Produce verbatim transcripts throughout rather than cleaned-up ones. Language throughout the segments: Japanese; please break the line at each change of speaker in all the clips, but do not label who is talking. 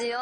ジオ。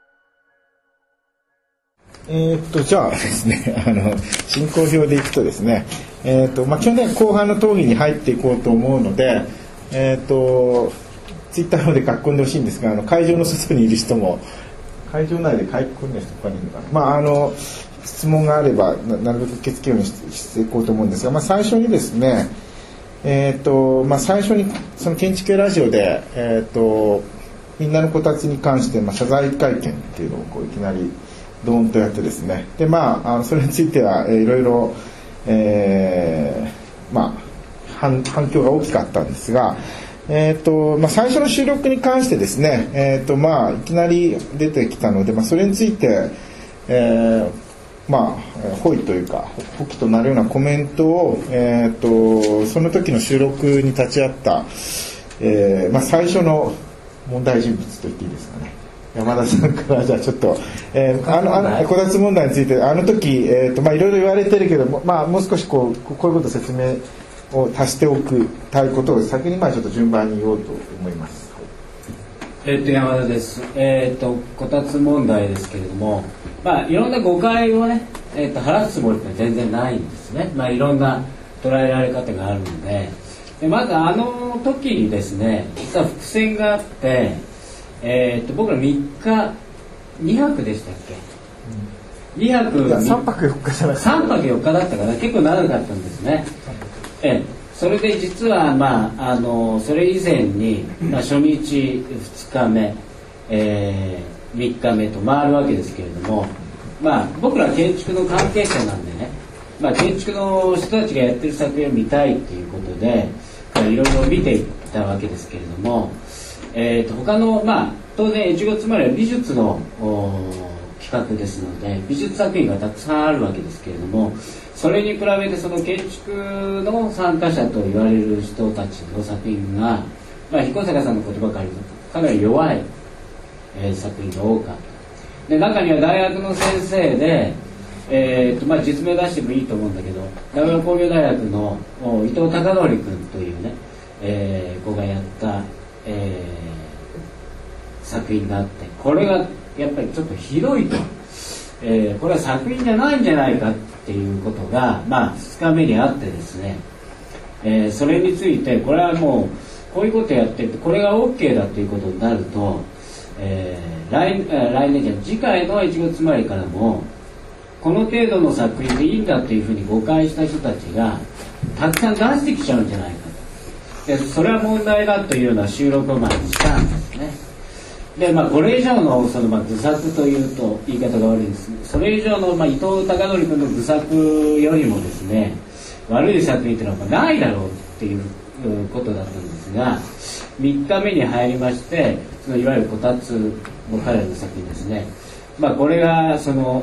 えー、っとじゃあですねあの進行表でいくとですね、えーっとまあ、去年後半の討議に入っていこうと思うので、えー、っとツイッターの方で書き込んでほしいんですが、あの会場の外にいる人も会場内で書き込んでる人他にいるのかな、まあ、あの質問があれば な, なるべく受け付けるように し, していこうと思うんですが、まあ、最初にですね、えーっとまあ、最初にその建築系ラジオで、えー、っとみんなのこたつに関して、まあ、謝罪会見っていうのをこういきなりドーンとやってですね、で、まあ、あのそれについては、えー、いろいろ、えーまあ、反, 反響が大きかったんですが、えーとまあ、最初の収録に関してですね、えーとまあ、いきなり出てきたので、まあ、それについて、えーまあ、ホイというかホキとなるようなコメントを、えーとその時の収録に立ち会った、えーまあ、最初の問題人物と言っていいですかね、山田さんからじゃあちょっと、えー、あのあのこたつ問題についてあの時、えーとまあ、いろいろ言われてるけども、まあ、もう少しこうこういうことを説明を足しておくたいことを先にまあちょっと順番に言おうと思います。
えー、と山田です。えー、とこたつ問題ですけれども、まあ、いろんな誤解をね、えー、と晴らすつもりって全然ないんですね。まあ、いろんな捉えられ方があるので、でまずあの時にですね、実は伏線があって、えー、と僕らみっかにはくでしたっけ、うん、にはく
さんぱくよっかじゃなくて
さんぱくよっかだったから結構長かったんですね。えそれで実は、まあ、あのそれ以前に、まあ、初日ふつかめ、えー、みっかめと回るわけですけれども、まあ、僕ら建築の関係者なんでね、まあ、建築の人たちがやってる作品を見たいっていうことでいろいろ見ていったわけですけれども、えー、と他の、まあ、当然越後つまりは美術の企画ですので美術作品がたくさんあるわけですけれども、それに比べてその建築の参加者と言われる人たちの作品が、まあ、彦坂さんの言葉から言うとかなり弱い、えー、作品が多かった。で中には大学の先生で、えーとまあ、実名出してもいいと思うんだけど、名古屋工業大学の伊藤孝則君というね、えー、子がやった、えー、作品があって、これがやっぱりちょっとひどいと、えー、これは作品じゃないんじゃないかっていうことが、まあ、ふつかめにあってですね、えー、それについてこれはもうこういうことやっててこれが OK だということになると、えー、来, 来年じゃ次回の越後つまりからもこの程度の作品でいいんだっていうふうに誤解した人たちがたくさん出してきちゃうんじゃないかと。でそれは問題だというような収録をまあしたんですね。でまあ、これ以上のそのまあ愚策というと言い方が悪いんですけど、それ以上のまあ伊藤孝則君の愚策よりもですね悪い作品というのはないだろうっていうことだったんですが、みっかめに入りまして、そのいわゆるこたつの彼らの作品ですね、まあ、これがその、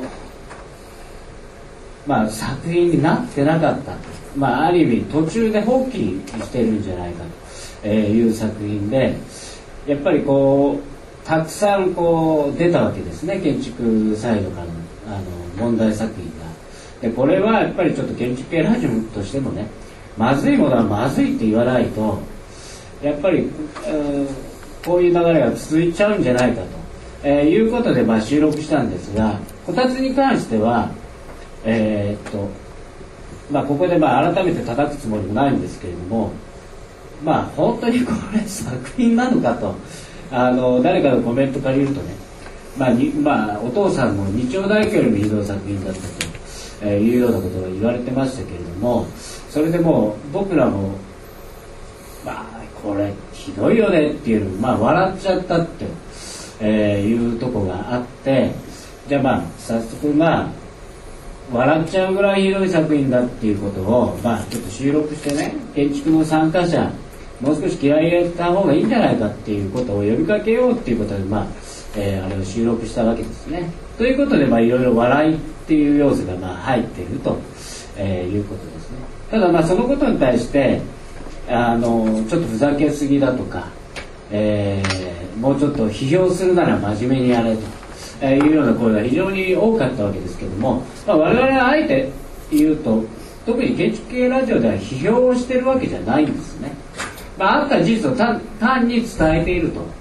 まあ、作品になってなかった、まあ、ある意味途中で放棄してるんじゃないかという作品で、やっぱりこうたくさんこう出たわけですね、建築サイドからの、あの問題作品が。でこれはやっぱりちょっと建築系ラジオとしてもね、まずいものはまずいって言わないとやっぱり、えー、こういう流れが続いちゃうんじゃないかと、えー、いうことでまあ収録したんですが、こたつに関しては、えーっとまあ、ここでまあ改めて叩くつもりもないんですけれども、まあ本当にこれ作品なのかと、あの誰かのコメント借りるとね、まあにまあ、お父さんの日曜大工よりもひどい作品だったと、えー、いうようなことが言われてましたけれども、それでもう僕らもまあこれひどいよねっていうのを、まあ、笑っちゃったって、えー、いうとこがあって、じゃあまあ早速まあ笑っちゃうぐらいひどい作品だっていうことを、まあ、ちょっと収録してね、建築の参加者もう少し気合い入れた方がいいんじゃないかっていうことを呼びかけようっていうことで、まあえー、あれを収録したわけですね。ということで、まあ、いろいろ笑いっていう要素がまあ入っていると、えー、いうことですね。ただまあそのことに対してあのちょっとふざけすぎだとか、えー、もうちょっと批評するなら真面目にやれと、えー、いうような声が非常に多かったわけですけども、まあ、我々はあえて言うと特に建築系ラジオでは批評をしてるわけじゃないんですね。まあ、あった事実を単単に伝えていると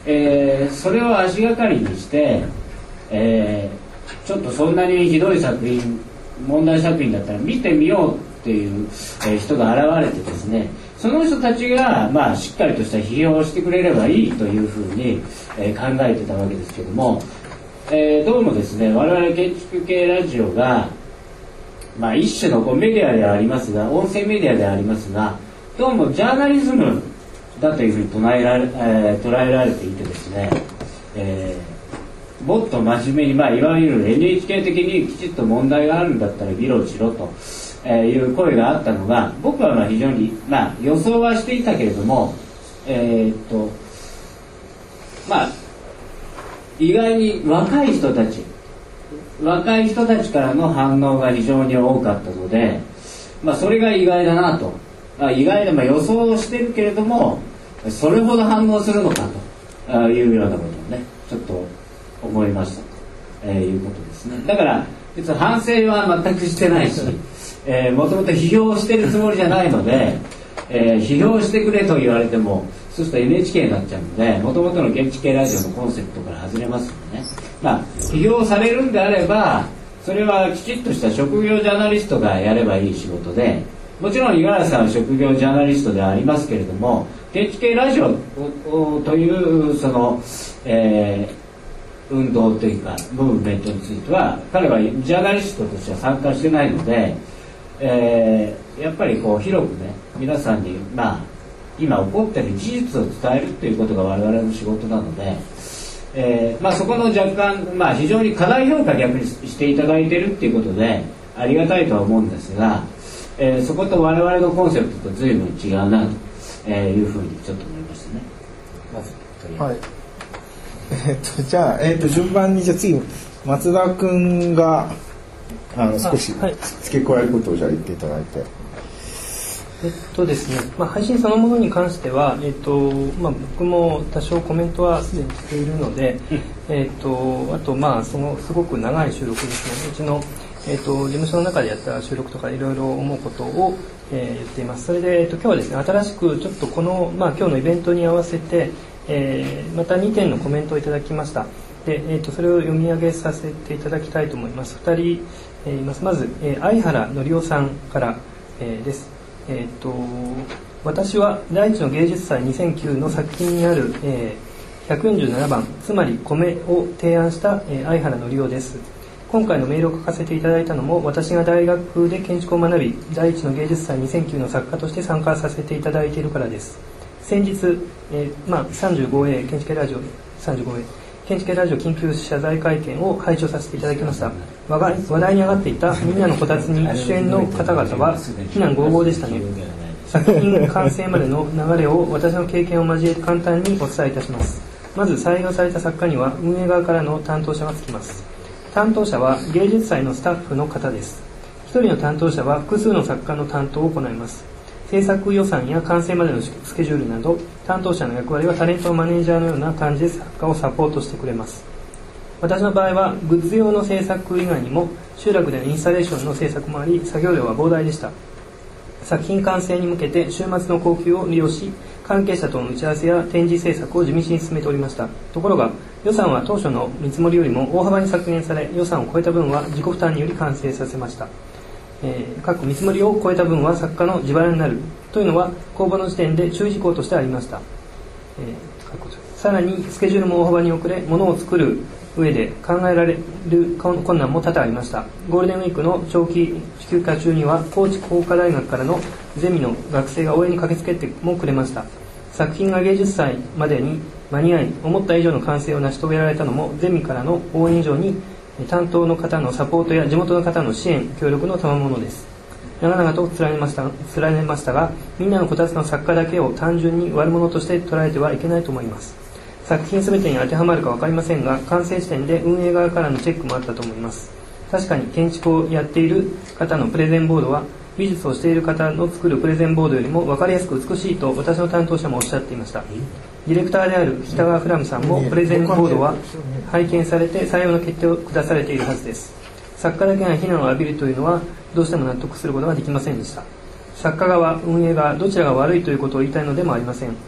えー、それを足がかりにして、えー、ちょっとそんなにひどい作品問題作品だったら見てみようっていう、えー、人が現れてですね、その人たちが、まあ、しっかりとした批評をしてくれればいいというふうに、えー、考えてたわけですけども、えー、どうもですね、我々建築系ラジオが、まあ、一種のこうメディアではありますが、音声メディアではありますが、どうもジャーナリズムだというふうに捉えられ、えー、捉えられていてですね、えー、もっと真面目に、まあ、いわゆる エヌエイチケー 的にきちっと問題があるんだったら議論しろと、えー、いう声があったのが、僕はまあ非常に、まあ、予想はしていたけれども、えー、っとまあ意外に若い人たち若い人たちからの反応が非常に多かったので、まあ、それが意外だなと、あ意外で、まあ、予想してるけれどもそれほど反応するのかというようなことをねちょっと思いましたと、えー、いうことですね。だから別に反省は全くしてないし、えー、もともと批評してるつもりじゃないので、えー、批評してくれと言われてもそうすると エヌエイチケー になっちゃうので、もともとの建築系ラジオのコンセプトから外れますよね。まあ批評されるんであればそれはきちっとした職業ジャーナリストがやればいい仕事で、もちろん五十嵐さんは職業ジャーナリストではありますけれども、建築系ラジオというその、えー、運動というかムーブメントについては彼はジャーナリストとしては参加してないので、えー、やっぱりこう広くね皆さんに、まあ、今起こっている事実を伝えるということが我々の仕事なので、えーまあ、そこの若干、まあ、非常に過大評価逆にしていただいているということでありがたいとは思うんですが、えー、そこと我々のコンセプトと随分違うなというふうにちょっと思いましたね。まず
はい、えー、っとじゃあ、えー、っと順番にじゃあ次松田君があの少し付け加えることをじゃあ言っていただいて。
えっとですねまあ、配信そのものに関しては、えっとまあ、僕も多少コメントはすでにしているので、えっと、あと、まあ、そのすごく長い収録ですね。うちの、えっと、事務所の中でやった収録とかいろいろ思うことを、えー、言っています。それで、えっと、今日はですね新しくちょっとこの、まあ、今日のイベントに合わせて、えー、またにてんのコメントをいただきました。で、えっと、それを読み上げさせていただきたいと思います。ふたり、えー、います。まず、えー、相原則夫さんから、えー、です。えー、と私は第一の芸術祭にせんきゅうの作品にある、えー、ひゃくよんじゅうななばんつまり米を提案した、えー、相原則夫です。今回のメールを書かせていただいたのも私が大学で建築を学び第一の芸術祭にせんきゅうの作家として参加させていただいているからです。先日、えーまあ、さんじゅうごエー 建築系ラジオ さんじゅうごエー建築系ラジオ緊急謝罪会見を拝聴させていただきました。話題に上がっていたみんなのこたつに主演の方々は非難合々でしたね。作品完成までの流れを私の経験を交えて簡単にお伝えいたします。まず採用された作家には運営側からの担当者がつきます。担当者は芸術祭のスタッフの方です。一人の担当者は複数の作家の担当を行います。制作予算や完成までのスケジュールなど担当者の役割はタレントマネージャーのような感じで作家をサポートしてくれます。私の場合はグッズ用の制作以外にも集落でのインスタレーションの制作もあり作業量は膨大でした。作品完成に向けて週末の高級を利用し関係者との打ち合わせや展示制作を地道に進めておりました。ところが予算は当初の見積もりよりも大幅に削減され予算を超えた分は自己負担により完成させました。えー、各見積もりを超えた分は作家の自腹になるというのは公募の時点で注意事項としてありました。えー、さらにスケジュールも大幅に遅れ物を作る上で考えられる困難も多々ありました。ゴールデンウィークの長期休暇中には高知工科大学からのゼミの学生が応援に駆けつけてもくれました。作品が芸術祭までに間に合い思った以上の完成を成し遂げられたのもゼミからの応援以上に担当の方のサポートや地元の方の支援協力の賜物です。長々と連ねました連ねましたがみんなのこたつの作家だけを単純に悪者として捉えてはいけないと思います。作品全てに当てはまるか分かりませんが完成時点で運営側からのチェックもあったと思います。確かに建築をやっている方のプレゼンボードは美術をしている方の作るプレゼンボードよりも分かりやすく美しいと私の担当者もおっしゃっていました。ディレクターである北川フラムさんもプレゼンボードは拝見されて採用の決定を下されているはずです。作家だけが非難を浴びるというのはどうしても納得することができませんでした。作家側運営側どちらが悪いということを言いたいのでもありません。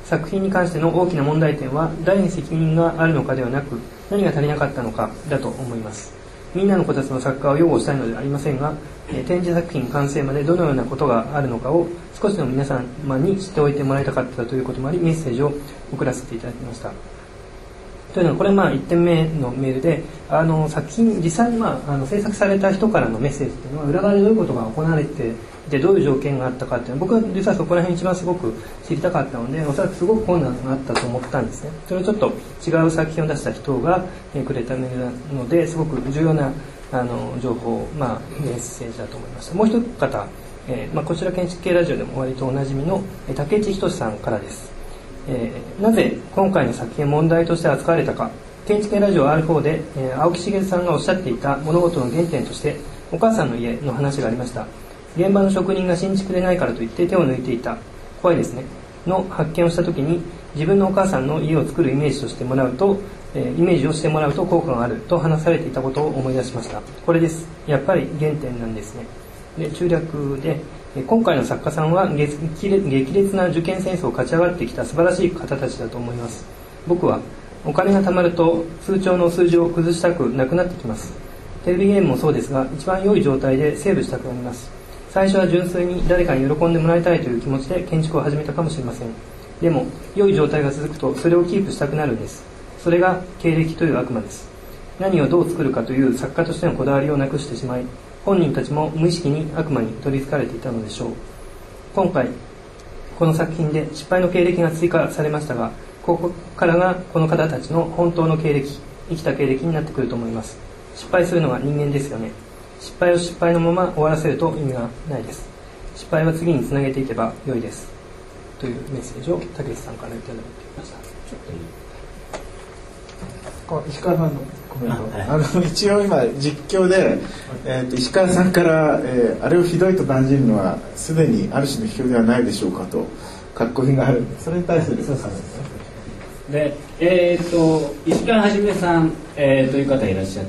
作品に関しての大きな問題点は誰に責任があるのかではなく、何が足りなかったのかだと思います。みんなのこたつの作家を擁護したいのではありませんが、えー、展示作品完成までどのようなことがあるのかを少しでも皆様に知っておいてもらいたかったということもあり、メッセージを送らせていただきました。というのは、これはまあいってんめのメールで、あの作品実際に、まあ、あの制作された人からのメッセージというのは、裏側でどういうことが行われていて、どういう条件があったかというのは、僕は実はそこら辺一番すごく知りたかったので、おそらくすごく困難があったと思ったんですね。それをちょっと違う作品を出した人が、えー、くれたメールなので、すごく重要なあの情報、まあ、メッセージだと思いました。もう一方、えーまあ、こちら建築系ラジオでも割とおなじみの竹内仁さんからです。えー、なぜ今回の作品問題として扱われたか。建築系ラジオ アールフォー で、えー、青木茂さんがおっしゃっていた物事の原点として、お母さんの家の話がありました。現場の職人が新築でないからといって手を抜いていた、怖いですねの発見をしたときに、自分のお母さんの家を作るイメージとしてもらうと、えー、イメージをしてもらうと効果があると話されていたことを思い出しました。これです。やっぱり原点なんですね。で、中略で、えー、今回の作家さんは激烈な受験戦争を勝ち上がってきた素晴らしい方たちだと思います。僕はお金が貯まると通帳の数字を崩したくなくなってきます。テレビゲームもそうですが、一番良い状態でセーブしたくなります。最初は純粋に誰かに喜んでもらいたいという気持ちで建築を始めたかもしれません。でも良い状態が続くとそれをキープしたくなるんです。それが経歴という悪魔です。何をどう作るかという作家としてのこだわりをなくしてしまい、本人たちも無意識に悪魔に取り憑かれていたのでしょう。今回この作品で失敗の経歴が追加されましたが、ここからがこの方たちの本当の経歴、生きた経歴になってくると思います。失敗するのが人間ですよね。失敗を失敗のまま終わらせると意味がないです。失敗は次につなげていけば良いです。というメッセージを竹内さんからいただいていました。ちょっといい
石川さんのコメント、あ、はい、あの一応今実況で、えー、と石川さんから、えー、あれをひどいと感じるのはすでにある種の批評ではないでしょうかと書き込みがあるんで、それに対する。そうそう
で、えー、と石川はじめさん、えー、という方いらっしゃって、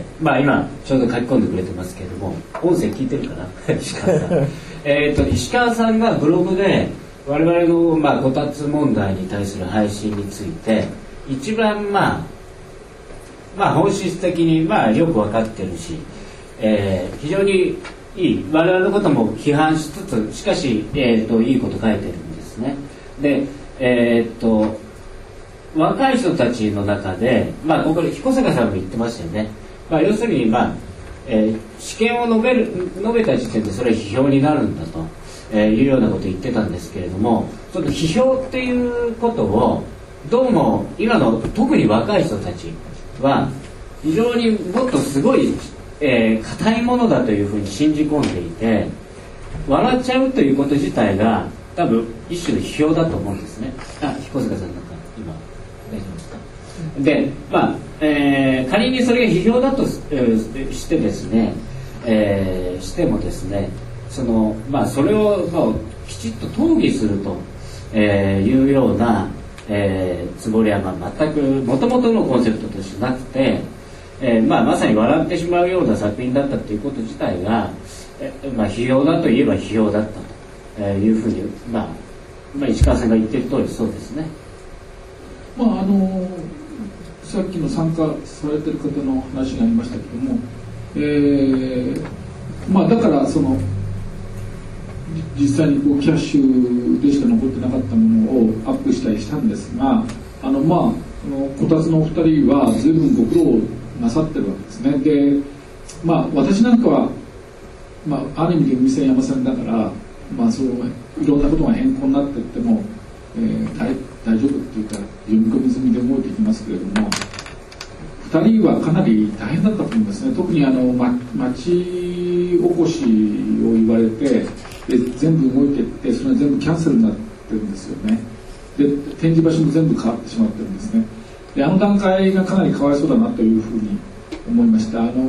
まあ、今ちょうど書き込んでくれてますけれども、音声聞いてるかな石川さんえと石川さんがブログで我々の、まあ、こたつ問題に対する配信について一番、まあまあ、本質的に、まあ、よく分かってるし、えー、非常にいい、我々のことも批判しつつ、しかし、えー、といいこと書いてるんですね。で、えー、と若い人たちの中で、まあ、ここで彦坂さんも言ってましたよね。まあ、要するに、まあえー、試験を述べる述べた時点でそれは批評になるんだと、えー、いうようなことを言ってたんですけれども、ちょっと批評っていうことをどうも今の特に若い人たちは非常にもっとすごいえー、硬いものだというふうに信じ込んでいて、笑っちゃうということ自体が多分一種の批評だと思うんですね。あ、彦坂さんなんか今大丈夫ですか。で、まあ、えー、仮にそれが批評だと、えー、してですね、えー、してもですね、そのまあそれを、まあ、きちっと討議すると、えー、いうような、えー、つもりは、まあ、全く元々のコンセプトとしてなくて。えーまあ、まさに笑ってしまうような作品だったということ自体が、えまあ、批評だといえば批評だったというふうに、まあまあ、石川さんが言っている通りそうですね。
まああのさっきの参加されている方の話がありましたけども、えーまあ、だからその実際にこうキャッシュでしか残ってなかったものをアップしたりしたんですが、あのまあこたつのお二人は随分ご苦労なさってるわけですね。で、まあ私なんかは、まあ、ある意味で海線山線だから、まあ、そういろんなことが変更になっていっても、えー、大, 大丈夫っていうか読み込み済みで動いていきますけれども、ふたりはかなり大変だったと思うんですね。特にあの、ま、町おこしを言われてで全部動いていって、それは全部キャンセルになってるんですよね。で展示場所も全部変わってしまってるんですね。であの段階がかなりかわいそうだなというふうに思いました。あの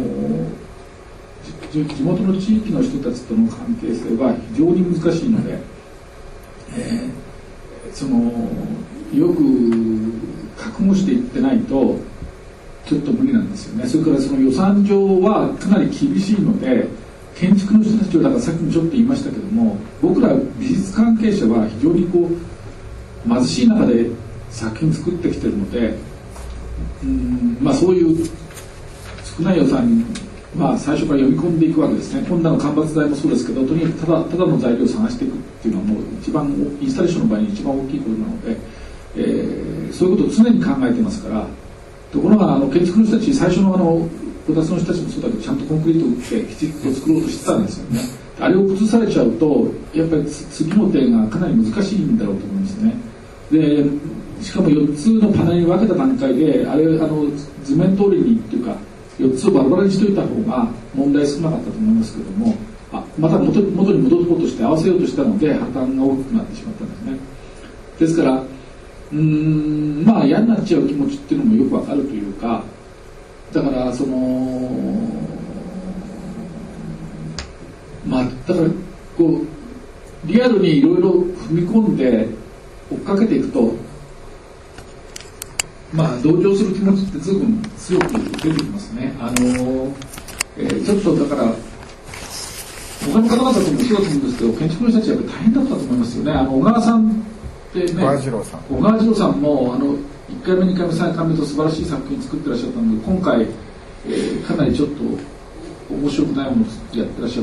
地元の地域の人たちとの関係性は非常に難しいので、えー、そのよく覚悟していってないとちょっと無理なんですよね。それからその予算上はかなり厳しいので、建築の人たちはだからさっきもちょっと言いましたけども、僕ら美術関係者は非常にこう貧しい中で作品作ってきてるので、うん、まあ、そういう少ない予算に、まあ、最初から読み込んでいくわけですね。今度の間伐材もそうですけど、とにかくただただの材料を探していくっていうのはもう一番インスタレーションの場合に一番大きいことなので、えー、そういうことを常に考えてますから。ところがあの建築の人たち、最初のあのこたつの人たちもそうだけど、ちゃんとコンクリートを打ってきちっと作ろうとしてたんですよね。あれを崩されちゃうとやっぱり次の手がかなり難しいんだろうと思いますね。でしかもよっつのパネルに分けた段階であれあの図面通りにっていうかよっつをバラバラにしといた方が問題少なかったと思いますけども、あまた 元, 元に戻ろうとして合わせようとしたので破綻が大きくなってしまったんですね。ですからうーんまあ嫌になっちゃう気持ちっていうのもよくわかるというか、だからそのまあだからこうリアルにいろいろ踏み込んで追っかけていくと、まあ同情する気持ちって随分強く出てきますね。あの、えー、ちょっとだから他の方々ともそうだと思うんですけど、建築の人たちはやっぱり大変だったと思いますよね。あの小川さんってね、小川
次郎さん
小川次郎さんもあのいっかいめにかいめさんかいめと素晴らしい作品作ってらっしゃったので、今回、えー、かなりちょっと面白くないものをやってらっしゃって、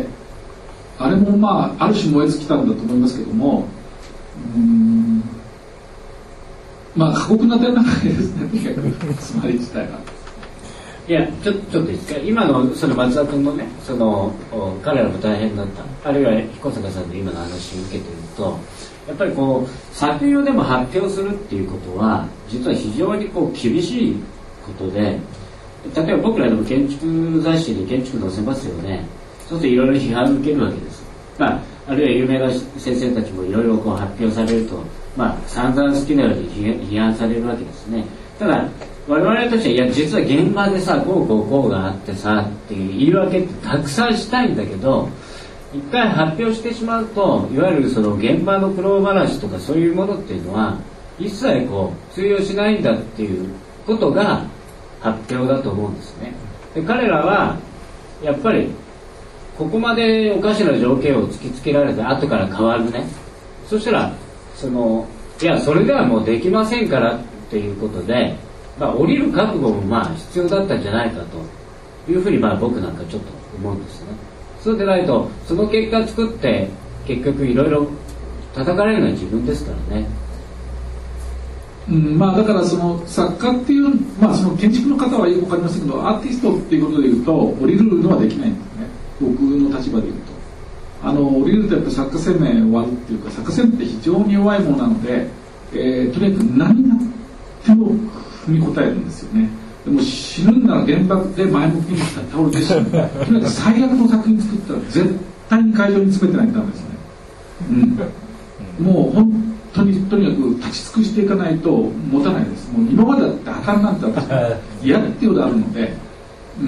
あれもまあある種燃え尽きたんだと思いますけども、うーんまあ過酷な点なわけですね、とにかくつまり自体が。
いやちょちょっといいですか、今のその松田君のね、その彼らも大変だった、あるいは彦坂さんの今の話を受けてると、やっぱりこう作品をでも発表するっていうことは実は非常にこう厳しいことで、例えば僕らでも建築雑誌に建築載せますよね。そうするといろいろ批判を受けるわけです。まあ、あるいは有名な先生たちもいろいろこう発表されると、まあ、散々好きなように批判されるわけですね。ただ我々としては、いや実は現場でさこうこうこうがあってさっていう言い訳ってたくさんしたいんだけど、一回発表してしまうといわゆるその現場の苦労話とかそういうものっていうのは一切こう通用しないんだっていうことが発表だと思うんですね。で彼らはやっぱりここまでおかしな条件を突きつけられて後から変わるね、そしたらそのいやそれではもうできませんからっていうことで、まあ、降りる覚悟もまあ必要だったんじゃないかというふうにまあ僕なんかちょっと思うんですね。そうでないとその結果作って結局いろいろ叩かれるのは自分ですからね。
うん、まあだからその作家っていう、まあその建築の方はよくわかりませんけど、アーティストっていうことでいうと降りるのはできないんですね。僕の立場でいうと、あの降りるとやっぱ作家生命終わるっていうか、作家生命って非常に弱いものなので、えー、とにかく何やっても踏み応えるんですよね。でも死ぬんなら原爆で前向きにしたら倒れてしまう。とにかく最悪の作品作ったら絶対に会場に詰めてないとダメですね。うん、もう本当にとにかく立ち尽くしていかないと持たないです。もう今までだって破綻なんて私嫌っていうことがあるので、うん、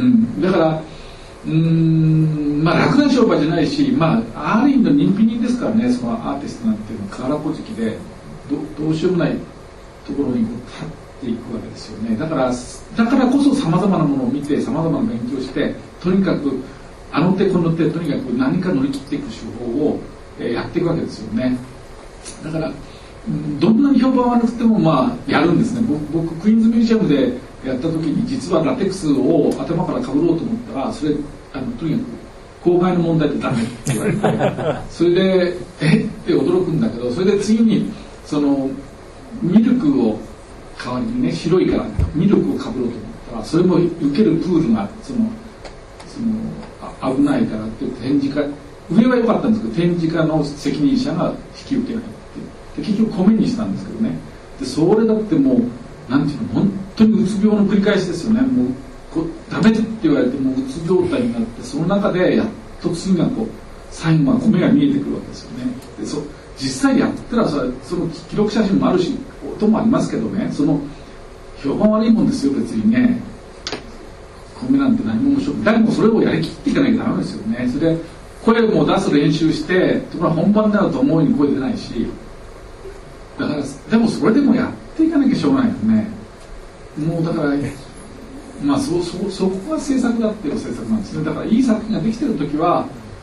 だからうーんまあ楽な商売じゃないし、まあある意味の人気人ですからね、そのアーティストなんていうのは空こじきで ど, どうしようもないところに立っていくわけですよね。だからだからこそさまざまなものを見てさまざまな勉強してとにかくあの手この手とにかく何か乗り切っていく手法を、えー、やっていくわけですよね。だからどんなに評判悪くてもまあやるんですね。僕, 僕クイーンズミュージアムでやった時に実はラテックスを頭からかぶろうと思ったら、それあのとにかく公害の問題でダメって言われてそれでえって驚くんだけど、それで次にそのミルクを代わりにね、白いからミルクをかぶろうと思ったら、それも受けるプールがそのその危ないからって展示家上は良かったんですけど、展示家の責任者が引き受けないってで結局米にしたんですけどね。でそれだってもうなんていうの本当にうつ病の繰り返しですよね。もうこうダメって言われてもううつ状態になって、その中でやっと次がこう最後は米が見えてくるわけですよね。でそ実際やったらそその記録写真もあるし音もありますけどね、その評判悪いもんですよ別にね。米なんて何も面白くない。誰もそれをやりきっていかなきゃダメですよね。それで声も出す練習してところが本番になると思うように声出ないし、だからでもそれでもやっていかなきゃしょうがないよね。もうだからまあそそそこが制作だっていう制作なんですね。だからいい作品ができてる時は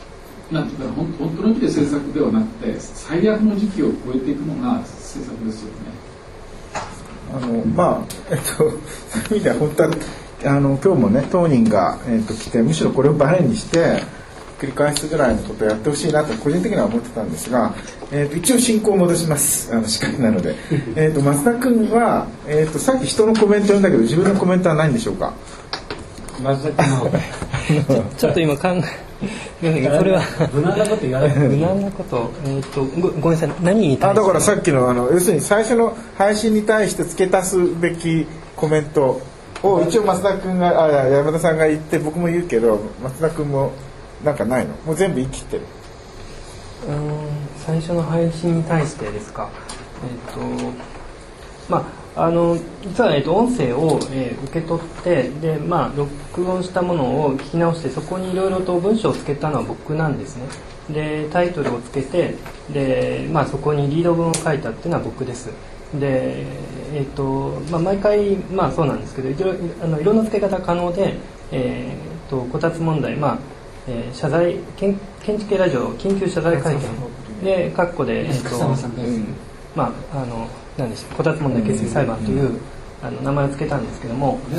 なんていうか本当の意味で政策ではなくて最悪の時期を超えていくのが政策ですよね。
あのまあえっとそういう意味では本当はあの今日もね当人が、えっと、来てむしろこれをバネにして繰り返すぐらいのことをやってほしいなと個人的には思ってたんですが、えー、と一応進行を戻します。あの司会なのでえと増田君は、えー、とさっき人のコメント読んだけど自分のコメントはないんでしょうか。
増田君の
ちょっと今考えこれは
無難なこと言わない
無難なこと、えー、と ご, ごめんなさい何に対して。
あだからさっき の, あの要するに最初の配信に対して付け足すべきコメントを一応増田君があ山田さんが言って僕も言うけど増田君もなんかないの？もう全部言い切ってる。
うーん最初の配信に対してですか。えっ、ー、とまああの実は、えー、と音声を、えー、受け取ってで、まあ、録音したものを聞き直してそこにいろいろと文章をつけたのは僕なんですね。でタイトルをつけてで、まあ、そこにリード文を書いたっていうのは僕です。で、えーとまあ、毎回、まあ、そうなんですけどいろあのいろんな付け方可能で、えー、とこたつ問題、まあえー、謝罪建築系ラジオ緊急謝罪会見でカッコで、えーとうんまあ、あの何でしょうこたつ問題決議裁判という、うん、あの名前を付けたんですけども、え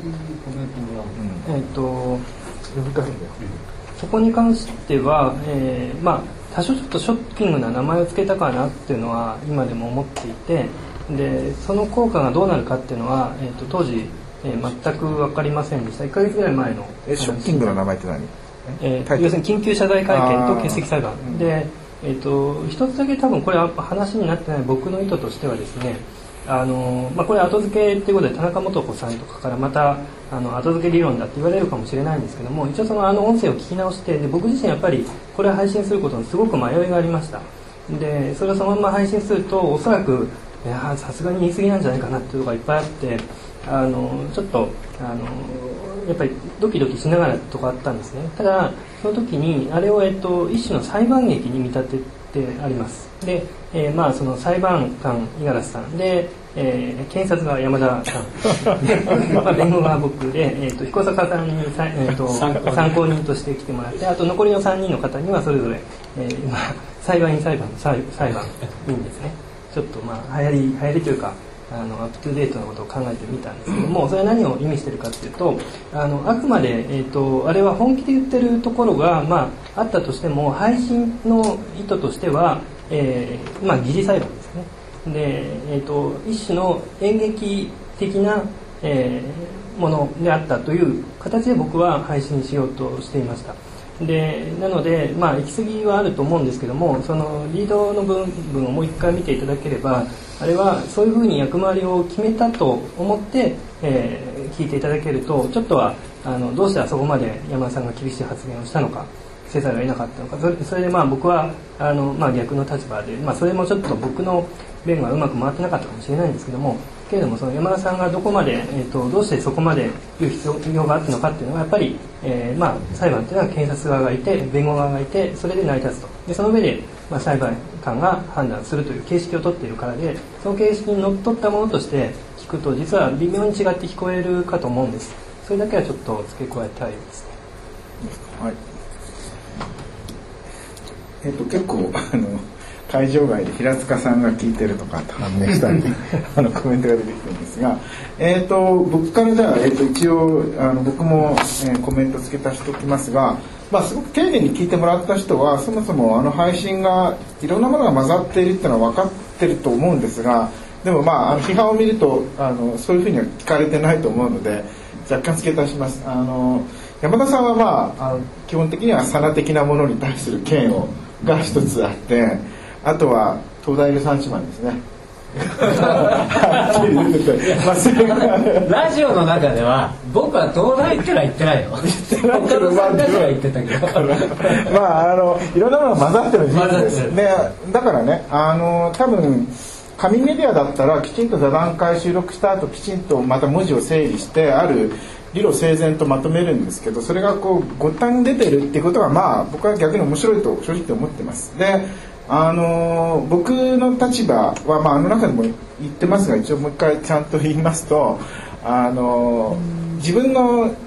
ー、とそこに関しては、えーまあ、多少ちょっとショッキングな名前を付けたかなっていうのは今でも思っていてでその効果がどうなるかっていうのは、えー、と当時、えー、全く分かりませんでした。いっかげつぐらい前の
えショッキングな名前って何？
えー、要するに緊急謝罪会見と欠席裁判で、えー、と一つだけ多分これは話になってない僕の意図としてはですねあの、まあ、これ後付けっていうことで田中素子さんとかからまたあの後付け理論だって言われるかもしれないんですけども一応そのあの音声を聞き直してで僕自身やっぱりこれを配信することにすごく迷いがありました。でそれをそのまま配信するとおそらくさすがに言い過ぎなんじゃないかなっていうのがいっぱいあってあのちょっとあのやっぱりドキドキしながらとかあったんですね。ただその時にあれを、えっと、一種の裁判劇に見立ててあります。で、えー、まあその裁判官五十嵐さんで、えー、検察が山田さんで、まあ、弁護側僕で、えー、と彦坂さんに、えー、と参考人として来てもらってあと残りのさんにんの方にはそれぞれ、えーまあ、裁判員裁判の裁判員ですね。ちょっとまあ流行り流行りというかあのアップトゥデートなことを考えてみたんですけどもそれは何を意味しているかというと あのあくまで、えー、とあれは本気で言ってるところが、まあ、あったとしても配信の意図としては、えーまあ、疑似裁判ですね。で、えー、と一種の演劇的な、えー、ものであったという形で僕は配信しようとしていました。でなので、まあ、行き過ぎはあると思うんですけどもそのリードの部分をもう一回見ていただければあれはそういうふうに役回りを決めたと思って、えー、聞いていただけるとちょっとはあのどうしてあそこまで山田さんが厳しい発言をしたのかせざるを得なかったのか それ, それでまあ僕はあの、まあ、逆の立場で、まあ、それもちょっと僕の弁がうまく回ってなかったかもしれないんですけどもけれどもその山田さんがどこまで、えー、とどうしてそこまで言う必要があったのかっていうのはやっぱり、えーまあ、裁判っていうのは検察側がいて弁護側がいてそれで成り立つとでその上で、まあ、裁判官が判断するという形式をとっているからでその形式にのっとったものとして聞くと実は微妙に違って聞こえるかと思うんです。それだけはちょっと付け加えたいですね。
はいえっと結構あの会場外で平塚さんが聞いてるとか判明したんであのコメントが出てきてるんですが、えー、と僕からじゃあ、えー、と一応あの僕も、えー、コメント付け足しておきますが、まあ、すごく丁寧に聞いてもらった人はそもそもあの配信がいろんなものが混ざっているっていうのは分かってると思うんですがでもまあ、あの批判を見るとあのそういうふうには聞かれてないと思うので若干付け足します。あの山田さんは、まあ、あの基本的にはサナ的なものに対する嫌悪が一つあってあとは東大の三姉妹ですね
ラジオの中では僕は東大ってのは言ってないよ他のさんたちは言ってたけど
まああのいろんなものが混ざってる事実ですでだからねあの多分紙メディアだったらきちんと座談会収録した後きちんとまた文字を整理してある理路整然とまとめるんですけどそれがこうごったに出てるっていうことはまあ僕は逆に面白いと正直思ってます。であの僕の立場は、まあ、あの中でも言ってますが一応もう一回ちゃんと言いますとあの自分の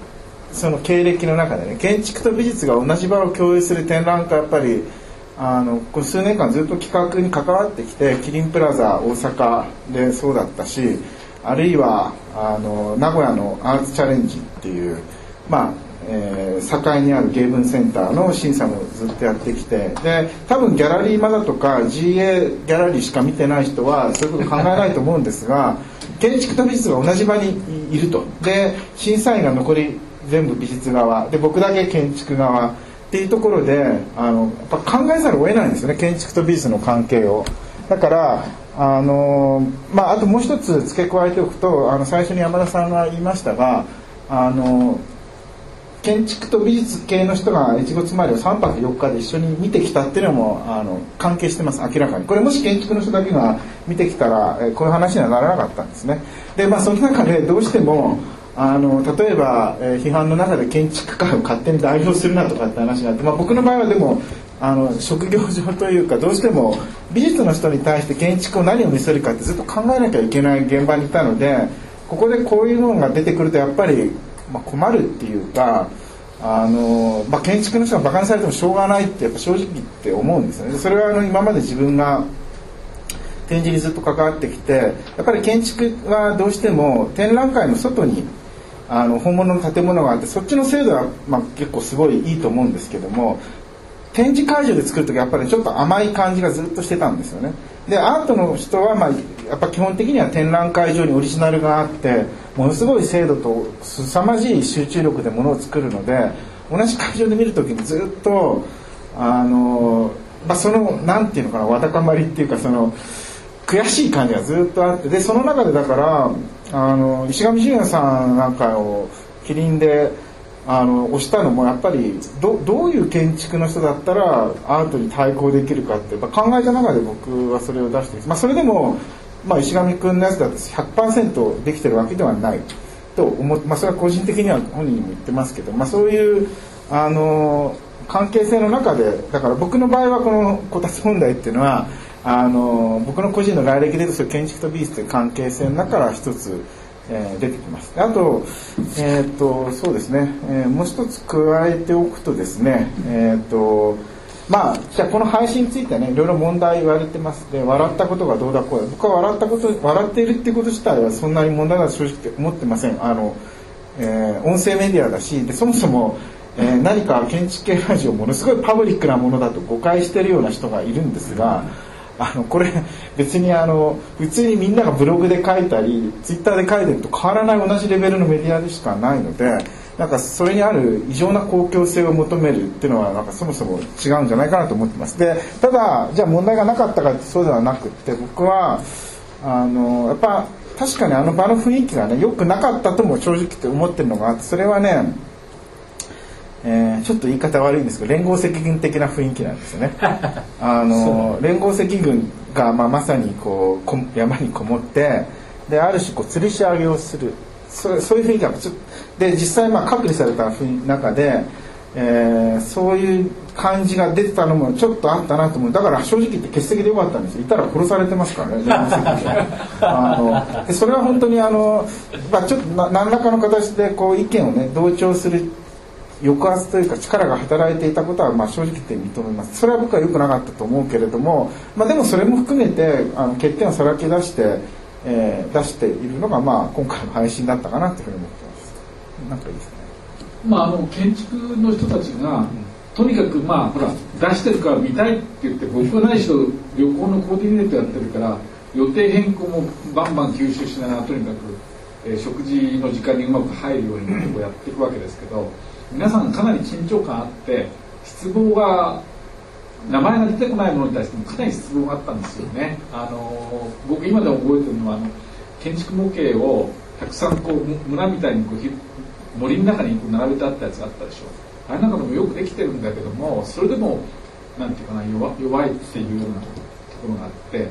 その経歴の中でね、建築と美術が同じ場を共有する展覧会、やっぱりあのこの数年間ずっと企画に関わってきて、キリンプラザ大阪でそうだったし、あるいはあの名古屋のアーツチャレンジっていう、まあえー、堺にある芸文センターの審査もずっとやってきて、で多分ギャラリーマダとか ジーエー ギャラリーしか見てない人はそういうこと考えないと思うんですが、建築と美術が同じ場にいると。で審査員が残り全部美術側で、僕だけ建築側っていうところで、あのやっぱ考えざるを得ないんですよね、建築と美術の関係を。だからあの、まあ、あともう一つ付け加えておくと、あの最初に山田さんが言いましたが、あの建築と美術系の人が越後妻有をさんぱくよっかで一緒に見てきたっていうのもあの関係してます、明らかに。これもし建築の人だけが見てきたら、えこういう話にはならなかったんですね。で、まあ、その中でどうしてもあの例えば、えー、批判の中で建築家を勝手に代表するなとかって話があって、まあ、僕の場合はでもあの職業上というか、どうしても美術の人に対して建築を何を見せるかってずっと考えなきゃいけない現場にいたので、ここでこういうのが出てくるとやっぱりまあ、困るっていうか、あの、まあ、建築の人がバカにされてもしょうがないってやっぱ正直って思うんですよね。それはあの今まで自分が展示にずっと関わってきて、やっぱり建築はどうしても展覧会の外にあの本物の建物があって、そっちの精度はまあ結構すごいいいと思うんですけども、展示会場で作るときやっぱりちょっと甘い感じがずっとしてたんですよね。でアートの人はまあやっぱ基本的には展覧会場にオリジナルがあって、ものすごい精度と凄まじい集中力でものを作るので、同じ会場で見るときにずっとあの、まあ、そのなんていうのかな、わだかまりっていうか、その悔しい感じがずっとあって、でその中でだからあの石上純也さんなんかをキリンであの推したのも、やっぱり ど, どういう建築の人だったらアートに対抗できるかってやっぱ考えた中で僕はそれを出してる、まあ、それでも、まあ、石上君のやつだと ひゃくパーセント できてるわけではないと思って、まあ、それは個人的には本人にも言ってますけど、まあ、そういうあの関係性の中で、だから僕の場合はこのこたつ問題っていうのはあの僕の個人の来歴でいうと、建築と美術という関係性の中から一つえー、出てきます。あと、えー、とそうですね、えー、もう一つ加えておくとですね、えー、とまあじゃあこの配信についてはね、いろいろ問題言われてます。で笑ったことがどうだこうだ、僕は笑ったこと笑っているっていうこと自体はそんなに問題だと正直思ってません。あの、えー、音声メディアだし、でそもそも、えー、何か建築系ラジオものすごいパブリックなものだと誤解しているような人がいるんですが、あのこれ別にあの普通にみんながブログで書いたりツイッターで書いてると変わらない同じレベルのメディアでしかないので、なんかそれにある異常な公共性を求めるっていうのはなんかそもそも違うんじゃないかなと思ってます。でただじゃあ問題がなかったかってそうではなくって、僕はあのやっぱ確かにあの場の雰囲気がね良くなかったとも正直って思ってるのがあって、それはね、えー、ちょっと言い方悪いんですけど連合赤軍的な雰囲気なんですよね。あの連合赤軍が、まあ、まさにこうこ山にこもってである種こう吊るし上げをする、そ, そういう雰囲気がちょっとで実際まあ隔離された中で、えー、そういう感じが出てたのもちょっとあったなと思う。だから正直言って欠席でよかったんですよ。いたら殺されてますからね。あのでそれは本当にあの、まあ、ちょっとな何らかの形でこう意見をね同調する抑圧というか力が働いていたことはまあ正直言って認めます。それは僕は良くなかったと思うけれども、まあ、でもそれも含めてあの欠点をさらけ出して、えー、出しているのがまあ今回の配信だったかなというふうに思ってます。なんかいいですね。
まあ、あの建築の人たちが、うん、とにかくまあほら出してるから見たいって言って、僕はないしろ旅行のコーディネートやってるから予定変更もバンバン吸収しながらとにかく、えー、食事の時間にうまく入るようにやっていくわけですけど、皆さんかなり緊張感あって失望が名前が出てこないものに対してもかなり失望があったんですよね。あの僕今でも覚えてるのはあの建築模型をたくさんこう村みたいにこう森の中にこう並べてあったやつがあったでしょ。あれなんかでもよくできてるんだけども、それでもなんていうかな 弱, 弱いっていうようなところがあって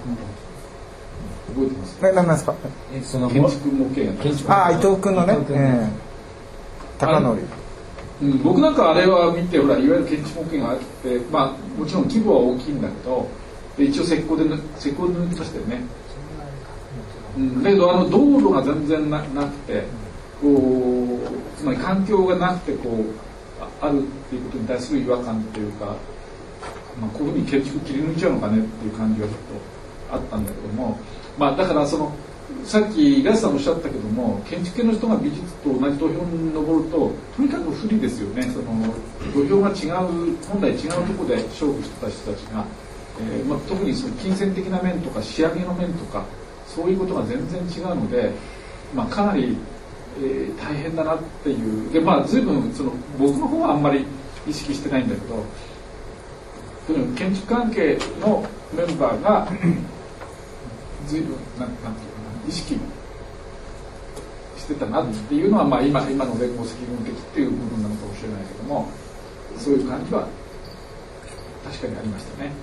覚えてますか？
何ですか？
えその建築模型
がああ伊藤君のね、えー、高則。
うん、僕なんかあれは見てほらいわゆる建築模型があって、まあ、もちろん規模は大きいんだけどで一応石膏で石膏で塗ってましたよね、うん、だけどあの道路が全然 な, なくてこうつまり環境がなくてこうあるっていうことに対する違和感というか、まあ、こういうふうに建築切り抜いちゃうのかねっていう感じがちょっとあったんだけども、まあ、だからそのさっきガイさんおっしゃったけども、建築系の人が美術と同じ土俵に登るととにかく不利ですよね。その土俵が違う、本来違うところで勝負してた人たちが、えーまあ、特にその金銭的な面とか仕上げの面とかそういうことが全然違うので、まあ、かなり、えー、大変だなっていうで、まあ、随分その僕の方はあんまり意識してないんだけど、建築関係のメンバーが随分なんなんていうかな、意識してたなっていうのは、まあ、今, 今の連合責任的っていう部分なのかもしれないけども、そういう感じは確かにありましたね。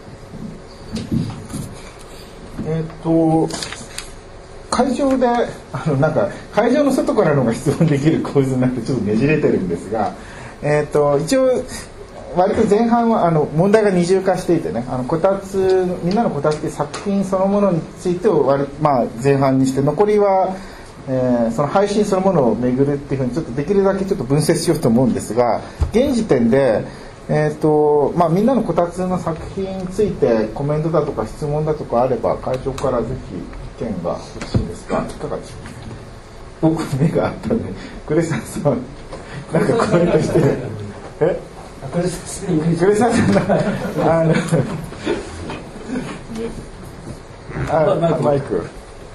えーっと会場であのなんか会場の外からのが質問できる構図になってちょっとねじれてるんですが、えーっと一応割と前半はあの問題が二重化していてね、あのこたつみんなのこたつって作品そのものについてを割、まあ、前半にして、残りは、えー、その配信そのものを巡るっていうふうにちょっとできるだけちょっと分析しようと思うんですが、現時点で、えーとまあ、みんなのこたつの作品についてコメントだとか質問だとかあれば会長からぜひ意見が欲しいんですが、いかがでしょうか。僕目があったんで、クレサンさんなんかコメントしてるえクレサンさんがあのあマイクマイク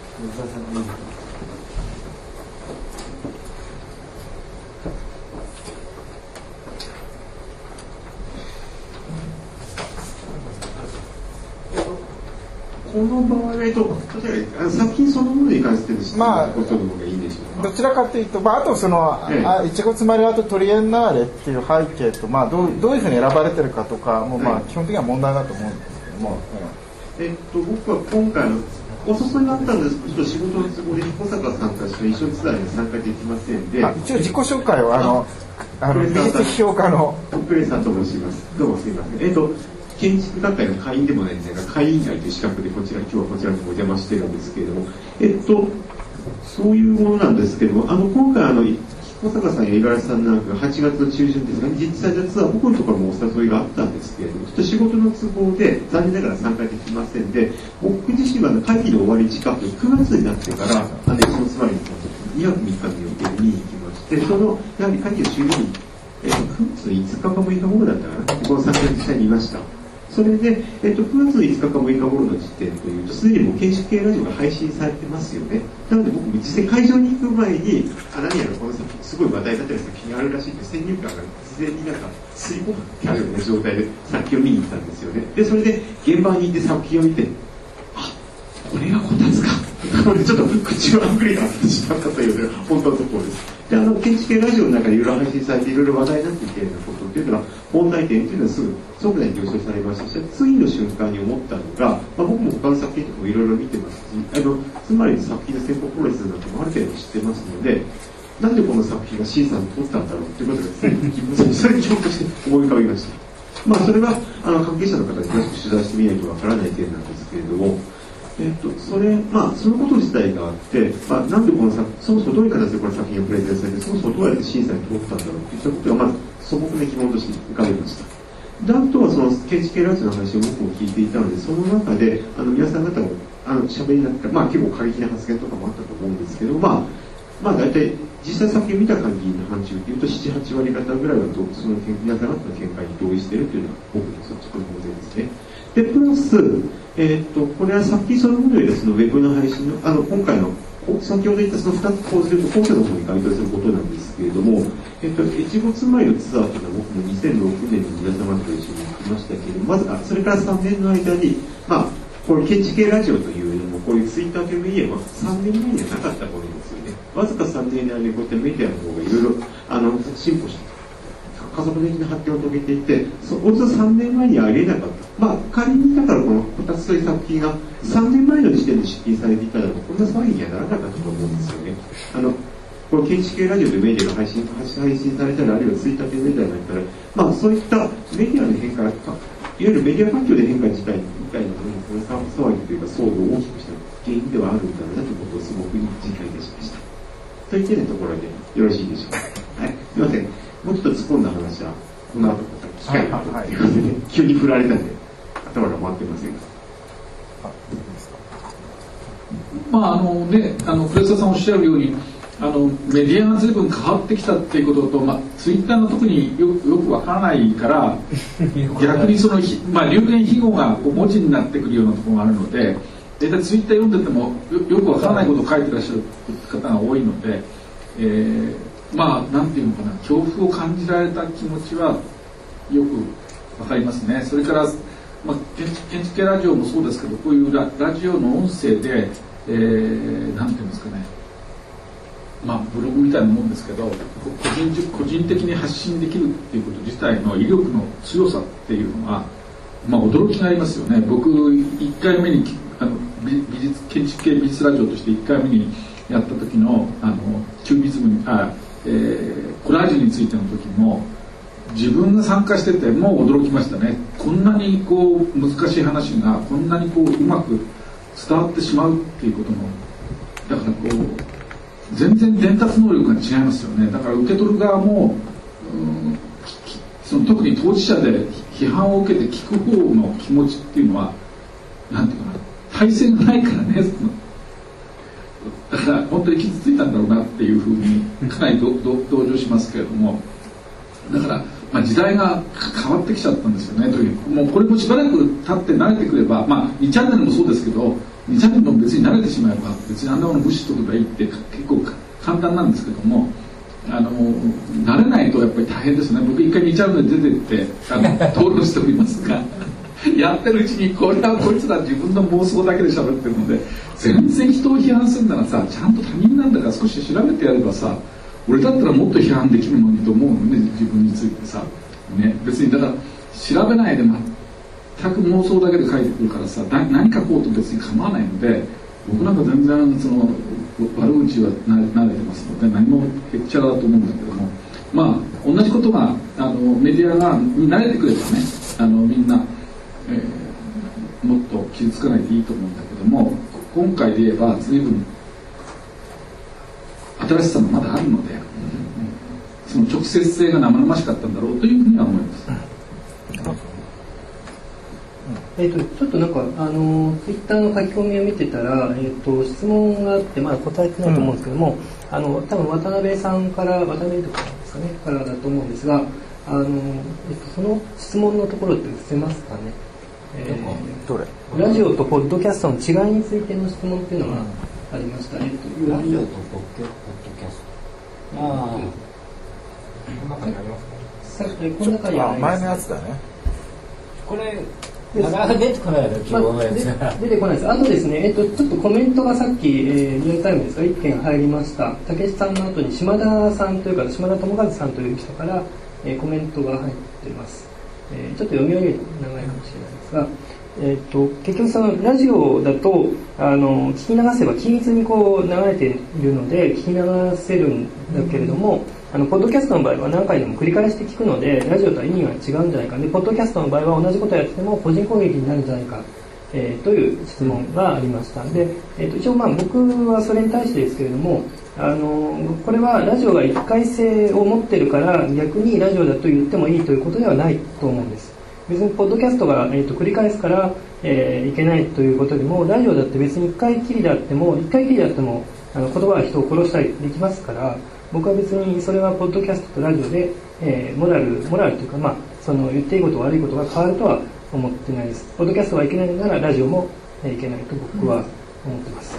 この場合は、えっと、例えば作品そのものに関しての質問ことの方がいいんでしょうか。
どちらかというと、まあ、あとその、ええ、あいちごつまりあとトリエンナーレっていう背景と、まあ、どう、どういうふうに選ばれてるかとかも、まあ、基本的には問題だと思うんですけども、
ええっと、僕は今回のお誘いがあったんですけど、仕事の都合で小坂さんたちと一緒にツアーに参加できませんで、
一応自己紹介はあのあの美術批評家の
クレさんと申します。どうもすみません。えっと建築学会の会員でもないんですが、会員会という資格でこちら今日はこちらにお邪魔してるんですけれども、えっとそういうものなんですけれども、あの今回あの小坂さんや五十嵐さんなんかがはちがつの中旬ですが、実際のツアー僕のところもお誘いがあったんですけれども、ちょっと仕事の都合で残念ながら参加できませんで、僕自身は会議の終わり近くくがつになってからあのそのつまりにはくみっかの予定で見に行きまして、そのやはり会議の終了に、えっと、くがつのいつかかむいか頃だったかな、この参加実際にいました。それで、えっと、くがつのいつかかむいか頃の時点というと、すでにもう建築系ラジオが配信されてますよね。なので僕実際会場に行く前に、あ、何やらこの作品すごい話題になってる作品があるらしいって先入観が事前になんか吸い込まれてあるような状態で作品を見に行ったんですよね。で、それで現場に行って作品を見て、あ、これがこたつか。これちょっと口をあふれがってしまったというのが本当のところです。で、あの建築系ラジオの中でいろいろ配信されていろいろ話題になっているようなことっていうのは、問題点っていうのはすぐ即座に了承されましたし、次の瞬間に思ったのが、まあ、僕も他の作品とかもいろいろ見てますし、あのつまり作品の先行プロレスなんかもある程度知ってますので、なんでこの作品が C さんに取ったんだろうということがそれに記憶として思い浮かびました。まあそれはあの関係者の方に詳しく取材してみないとわからない点なんですけれども、えっと、それ、まあ、そのこと自体があって、まあ、なんでこの作、そもそもどういう形でこの作品がプレゼンされて、そもそもどうやって審査に通ったんだろうといったことが、まず素朴な疑問として浮かびました。で、あとはその建築系ラジオの話を僕も聞いていたので、その中で、あの、皆さん方も、あの、喋りになった、まあ、結構過激な発言とかもあったと思うんですけど、まあ、まあ、大体、実際作品を見た限りの範疇でいうと、なな、はちわり方ぐらいは、その皆さん方の見解に同意しているというのが、僕の率直な当然ですね。で、プラス、えー、っと、これは作品そのものよりそのウェブの配信の、あの、今回の、先ほど言ったそのふたつ構図でいうと、後者の方に該当することなんですけれども、えっと、越後妻有のツアーというのは僕もにせんろくねんに皆様と一緒に行きましたけれども、まず、あそれからさんねんの間に、まあ、これ建築系ラジオというよりも、こういうツイッターというメディアはさんねんまえにはなかったものですよね。わずかさんねんの間にこういったメディアの方がいろいろ、あの、進歩して、加速的な発展を遂げていて、およそさんねんまえにはありえなかった。まあ、仮にだからこのこたつという作品がさんねんまえの時点で出品されていたら、こんな騒ぎにはならなかったと思うんですよね。あの、この建築系ラジオというメディアが配信、配信されたり、あるいはツイッターというメディアがあったら、まあ、そういったメディアの変化、いわゆるメディア環境で変化自体みたいなものも、この騒ぎというか、騒動を大きくした原因ではあるんだろうなということをすごく理解いたしました。 といったようなところでよろしいでしょうか。はい、すいません。もうちょっと突っ込んだ話はこの後機会があったということで、急に振られたんで頭が回ってませんが。
まああのね、あの黒沢さんおっしゃるように、あのメディアが随分変わってきたっていうことと、まあ、ツイッターが特によくよくわからないから逆にその、まあ、流言飛語がこう文字になってくるようなところがあるので、大体ツイッター読んでても よ, よくわからないことを書いてらっしゃる方が多いので、えー、まあなんていうのかな、恐怖を感じられた気持ちはよくわかりますね。それから、まあ、建築系ラジオもそうですけど、こういう ラ, ラジオの音声で、えー、なんていうんですかね、まあ、ブログみたいなもんですけど、個人、個人的に発信できるっていうこと自体の威力の強さっていうのは、まあ、驚きがありますよね。僕いっかいめにあの 美, 美術建築系美術ラジオとしていっかいめにやった時のあのキュービズムにあ、えー、コラージュについての時も自分が参加しててもう驚きましたね。こんなにこう難しい話がこんなにこううまく伝わってしまうっていうことの、だからこう全然伝達能力が違いますよね。だから受け取る側も、うん、その特に当事者で批判を受けて聞く方の気持ちっていうのはなんていうかな、対戦がないからね。だから本当に傷ついたんだろうなっていうふうにかなり同情しますけれども、だから、まあ、時代が変わってきちゃったんですよね。というもうこれもしばらく経って慣れてくれば、まあ、にチャンネルもそうですけど、にチャンネルも別に慣れてしまえば別にあんなもの無視しとけばいいって結構簡単なんですけども、あの慣れないとやっぱり大変ですね。僕一回にチャンネル出てってあの討論しておりますがやってるうちにこれはこいつら自分の妄想だけで喋ってるので、全然人を批判するならさ、ちゃんと他人なんだから少し調べてやればさ、俺だったらもっと批判できるのにと思うのね、自分についてさ、ね、別にだから調べないで全く妄想だけで書いてくるからさ、何書こうと別に構わないので、僕なんか全然その悪口は慣れてますので何もへっちゃらだと思うんだけども、まあ同じことがあのメディアがに慣れてくればね、あのみんな、えー、もっと傷つかないでいいと思うんだけども、今回で言えば随分新しさもまだあるので、その直接性が生々しかったんだろうというふうには思います。
えー、とちょっとなんかあのツイッターの書き込みを見てたら、えー、と質問があってまだ答えてないと思うんですけども、うん、あの多分渡辺さんから渡辺とかですかねからだと思うんですが、あの、えー、とその質問のところって伏せますかね。えー、
どれ？
ラジオとポッドキャストの違いについての質問っていうのがありましたね。
うん、ラジオとポッドキャスト。ああ。
この中にありますか？
この中にあります。
前のやつだね。
これ。なかなか出てこないの、希望のやつ、
まあ、出てこないです。あとですね、えっと、ちょっとコメントがさっき、えー、リアルタイムですがいっけん入りました。たけしさんの後に島田さんというか島田智和さんという人から、えー、コメントが入っています。えー、ちょっと読み上げると長いかもしれないですが、えー、と結局そのラジオだとあの聞き流せば均一にこう流れているので聞き流せるんだけれども、あのポッドキャストの場合は何回でも繰り返して聞くのでラジオとは意味が違うんじゃないか。でポッドキャストの場合は同じことをやってても個人攻撃になるんじゃないか、えー、という質問がありました。で、えー、と一応まあ僕はそれに対してですけれども、あのこれはラジオが一回性を持ってるから逆にラジオだと言ってもいいということではないと思うんです。別にポッドキャストが、えー、と繰り返すから、えー、いけないということよりもラジオだって別に一回きりであっても一回きりであってもあの言葉は人を殺したりできますから、僕は別にそれはポッドキャストとラジオで、えー、モラルモラルというか、まあ、その言っていいこと悪いことが変わるとは思ってないです。ポッドキャストがいけないならラジオも、えー、いけないと僕は思ってます。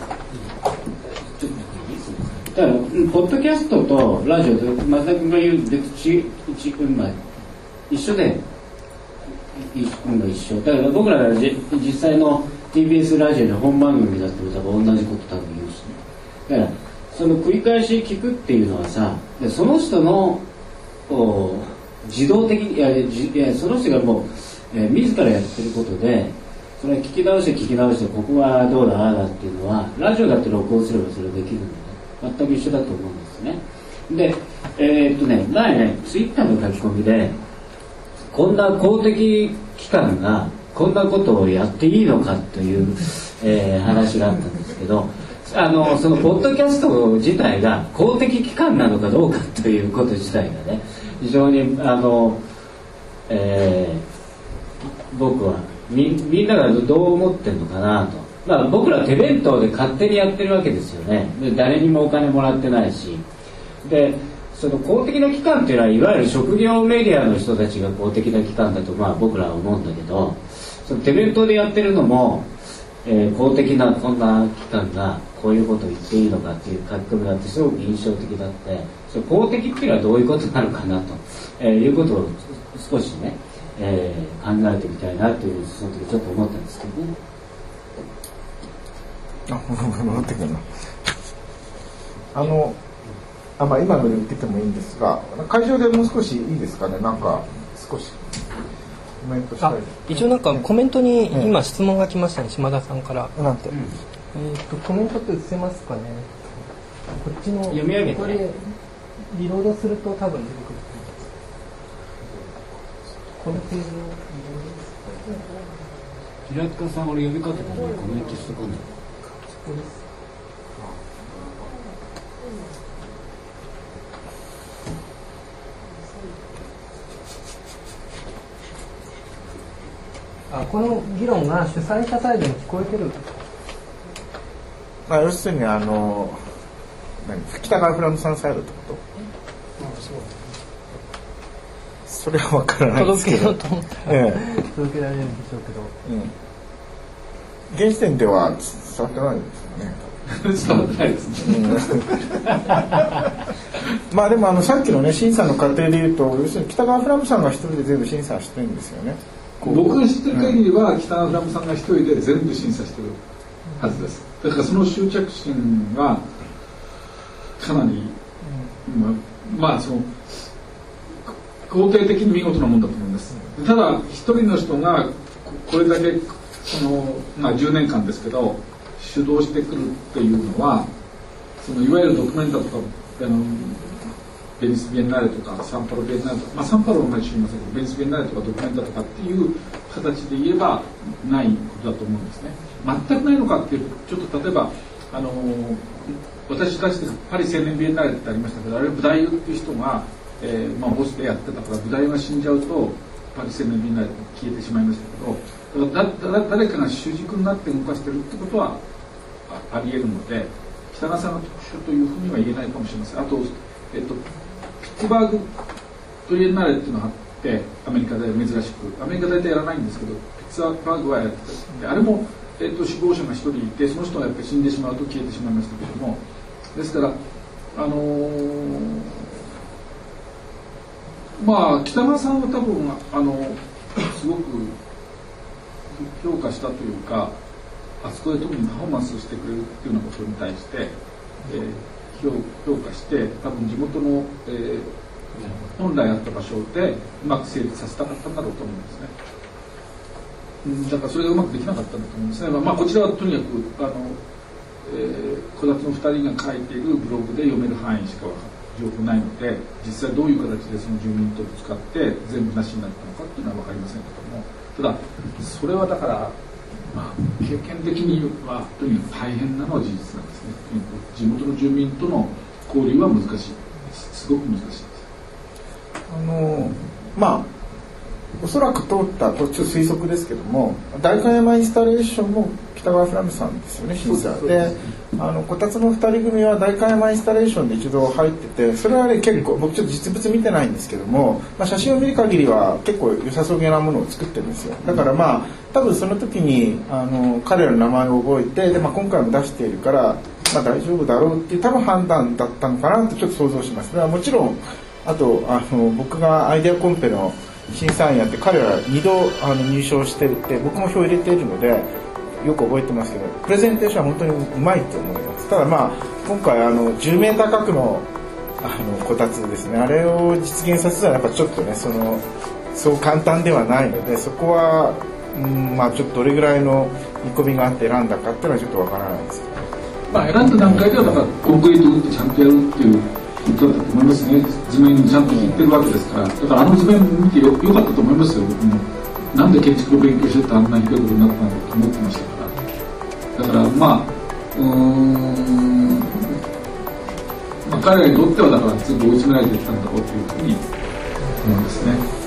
だからポッドキャストとラジオで松田君が言うちち、まあ、一緒で一緒だから僕らが実際の ティービーエス ラジオの本番組だっても多分同じこと多分言うし、ね、だからその繰り返し聞くっていうのはさ、その人の自動的にいやいやその人がもう、えー、自らやってることでそれは聞き直して聞き直してここはどうだああだっていうのはラジオだって録音すればそれできるんで、ね、全く一緒だと思うんですね。で、えー、っとね前ねツイッターの書き込みでこんな公的機関がこんなことをやっていいのかという、えー、話があったんですけど、 あのそのポッドキャスト自体が公的機関なのかどうかということ自体がね非常にあの、えー、僕は み, みんながどう思ってるのかなと、まあ、僕ら手弁当で勝手にやってるわけですよね。で誰にもお金もらってないし、でその公的な機関っていうのはいわゆる職業メディアの人たちが公的な機関だとまあ僕らは思うんだけど、その手弁当でやってるのも、えー、公的なこんな機関がこういうことを言っていいのかっていう書き込みだってすごく印象的だって、その公的っていうのはどういうことなのかなと、えー、いうことを少しね、えー、考えてみたいなというその時ちょっと思ったんですけどね。
あ、戻ってくるな。あのあ、まあ、今ので言っててもいいんですが、会場でもう少しいいですかね。なんか少しコメントしたい。
一応なんかコメントに今質問が来ましたね、島田さんから。
なんて、うん、
えー、とコメントって映せますかね。こっちの
読み上げて、
これリロードすると多分出てくる。このページをリロード
平塚さん、俺呼びかけたのにコメントしとかない。
ここです。あ、この議論が主催者サイドに聞こえてる。
まあ、要するにあの何北川フラムさんサイドってこと？
あ、そう。
それは分からないですけど。
届けようと思ったら、ええ、届けられるんでしょうけど。
うん、現時点では伝わってないですよね。
伝わってないですね。
うん、まあでもあのさっきのね審査の過程でいうと、要するに北川フラムさんが一人で全部審査してるんですよね。
僕が知ってる限りは、うん、北川フラムさんが一人で全部審査してるはずです。だからその執着心はかなり、うん、まあ、まあその肯定的に見事なもんだと思います。ただ一人の人がこれだけその、まあ、じゅうねんかんですけど主導してくるっていうのは、そのいわゆるドキュメンタとかあのベニスビエンナーレとかサンパロビエンナーレとか、まあ、サンパロはあまり知りませんけどベニスビエンナーレとかドキュメンタとかっていう形で言えばないことだと思うんですね。全くないのかっていうと、ちょっと例えばあの私たちでパリ青年ビエンナーレってありましたけど、あれブダイユっていう人が、えーまあ、ボスでやってたから、ブダイユが死んじゃうとパリ青年ビエンナーレって消えてしまいましたけど、だだ誰かが主軸になって動かしてるってことは あ, あり得るので、北川さんの特殊というふうには言えないかもしれません。あと、えっとピッツバーグトリエンナーレっていうのがあって、アメリカで珍しく、アメリカ大体やらないんですけど、ピッツバーグはやってたで、あれも、えっと、死亡者が一人いて、その人がやっぱり死んでしまうと消えてしまいましたけれども、ですからあのー、まあ北川さんは多分あのすごく評価したというか、あそこで特にパフォーマンスしてくれるっていうようなことに対して、えー評, 評価して多分地元の、えー、本来あった場所でうまく成立させたかったんだろうと思うんですね。うん、だからそれがうまくできなかったんだと思うんですね。まあ、まあ、こちらはとにかくあの、えー、小立のふたりが書いているブログで読める範囲しか情報ないので、実際どういう形でその住民とぶつかって全部なしになったのかっていうのは分かりませんけども、ただそれはだからまあ、経験的にはとにかく大変なのは事実なんですね。地元の住民との交流は難しいです。すごく難しいです。
あのまあおそらく通った途中推測ですけども、代官山インスタレーションも北川フラムさんですよね、審査で。あのこたつのふたり組は代官山インスタレーションで一度入ってて、それはね結構僕ちょっと実物見てないんですけども、まあ、写真を見る限りは結構良さそうげなものを作ってるんですよ。だからまあ多分その時にあの彼らの名前を覚えて、で、まあ、今回も出しているから、まあ、大丈夫だろうっていう多分判断だったのかなとちょっと想像します。それはもちろんあとあの僕がアイデアコンペの審査員やって、彼らにどあの入賞してるって僕も票入れているのでよく覚えてますけど、プレゼンテーションは本当にうまいと思います。ただまあ今回あのじゅうメーター角のあのこたつですね、あれを実現させたらやっぱちょっとねそのそう簡単ではないので、そこは、うん、まあちょっとどれぐらいの見込みがあって選んだかっていうのはちょっとわからないですけど、
まあ、選んだ段階ではだからコンクリート打ってちゃんとやるっていうことだったと思いますね。図面にちゃんと引いてるわけですから、だからあの図面見て よ, よかったと思いますよ。僕もなんで建築を勉強しててあんなひどいことになったんだと思ってましたから。だからまあ、 うーん、まあ、彼らにとってはだからずっと追い詰められてきたんだろうというふうに思うんですね。